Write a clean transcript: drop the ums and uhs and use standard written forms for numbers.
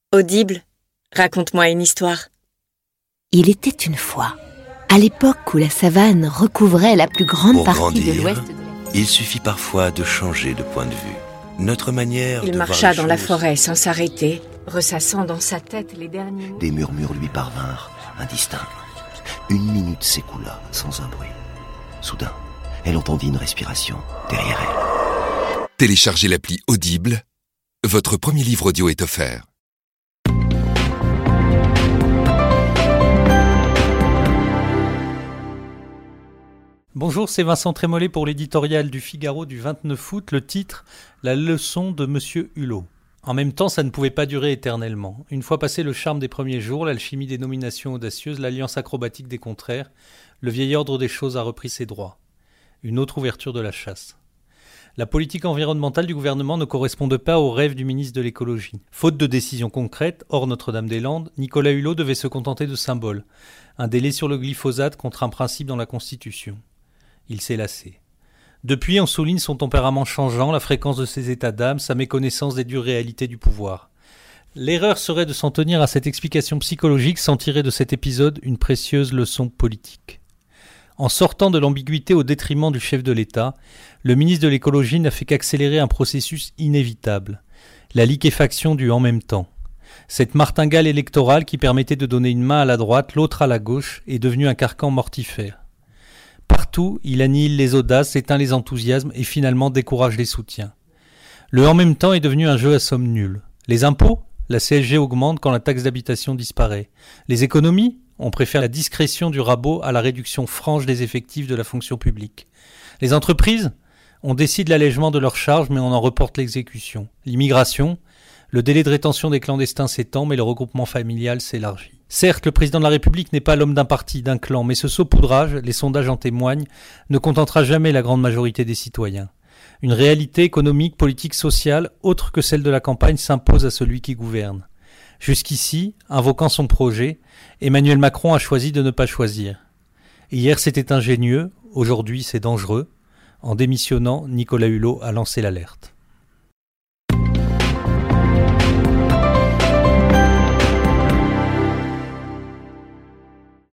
Audible, raconte-moi une histoire. Il était une fois, à l'époque où la savane recouvrait la plus grande Pour partie grandir, de l'ouest. il suffit parfois de changer de point de vue. Notre manière Il de marcha voir les dans la choses- forêt sans s'arrêter, ressassant dans sa tête les derniers mots. Des murmures lui parvinrent, indistincts. Une minute s'écoula sans un bruit. Soudain, elle entendit une respiration derrière elle. Téléchargez l'appli Audible. Votre premier livre audio est offert. Bonjour, c'est Vincent Trémollet pour l'éditorial du Figaro du 29 août. Le titre, La leçon de Monsieur Hulot. En même temps, ça ne pouvait pas durer éternellement. Une fois passé le charme des premiers jours, l'alchimie des nominations audacieuses, l'alliance acrobatique des contraires, le vieil ordre des choses a repris ses droits. Une autre ouverture de la chasse. La politique environnementale du gouvernement ne correspondait pas aux rêves du ministre de l'écologie. Faute de décisions concrètes, hors Notre-Dame-des-Landes, Nicolas Hulot devait se contenter de symboles. Un délai sur le glyphosate contre un principe dans la Constitution. Il s'est lassé. Depuis, on souligne son tempérament changeant, la fréquence de ses états d'âme, sa méconnaissance des dures réalités du pouvoir. L'erreur serait de s'en tenir à cette explication psychologique sans tirer de cet épisode une précieuse leçon politique. En sortant de l'ambiguïté au détriment du chef de l'État, le ministre de l'écologie n'a fait qu'accélérer un processus inévitable, la liquéfaction du « en même temps ». Cette martingale électorale qui permettait de donner une main à la droite, l'autre à la gauche, est devenue un carcan mortifère. Partout, il annihile les audaces, éteint les enthousiasmes et finalement décourage les soutiens. Le « en même temps » est devenu un jeu à somme nulle. Les impôts ? La CSG augmente quand la taxe d'habitation disparaît. Les économies ? On préfère la discrétion du rabot à la réduction franche des effectifs de la fonction publique. Les entreprises ? On décide l'allègement de leurs charges mais on en reporte l'exécution. L'immigration ? Le délai de rétention des clandestins s'étend mais le regroupement familial s'élargit. Certes, le président de la République n'est pas l'homme d'un parti, d'un clan, mais ce saupoudrage, les sondages en témoignent, ne contentera jamais la grande majorité des citoyens. Une réalité économique, politique, sociale, autre que celle de la campagne, s'impose à celui qui gouverne. Jusqu'ici, invoquant son projet, Emmanuel Macron a choisi de ne pas choisir. Hier, c'était ingénieux, aujourd'hui, c'est dangereux. En démissionnant, Nicolas Hulot a lancé l'alerte.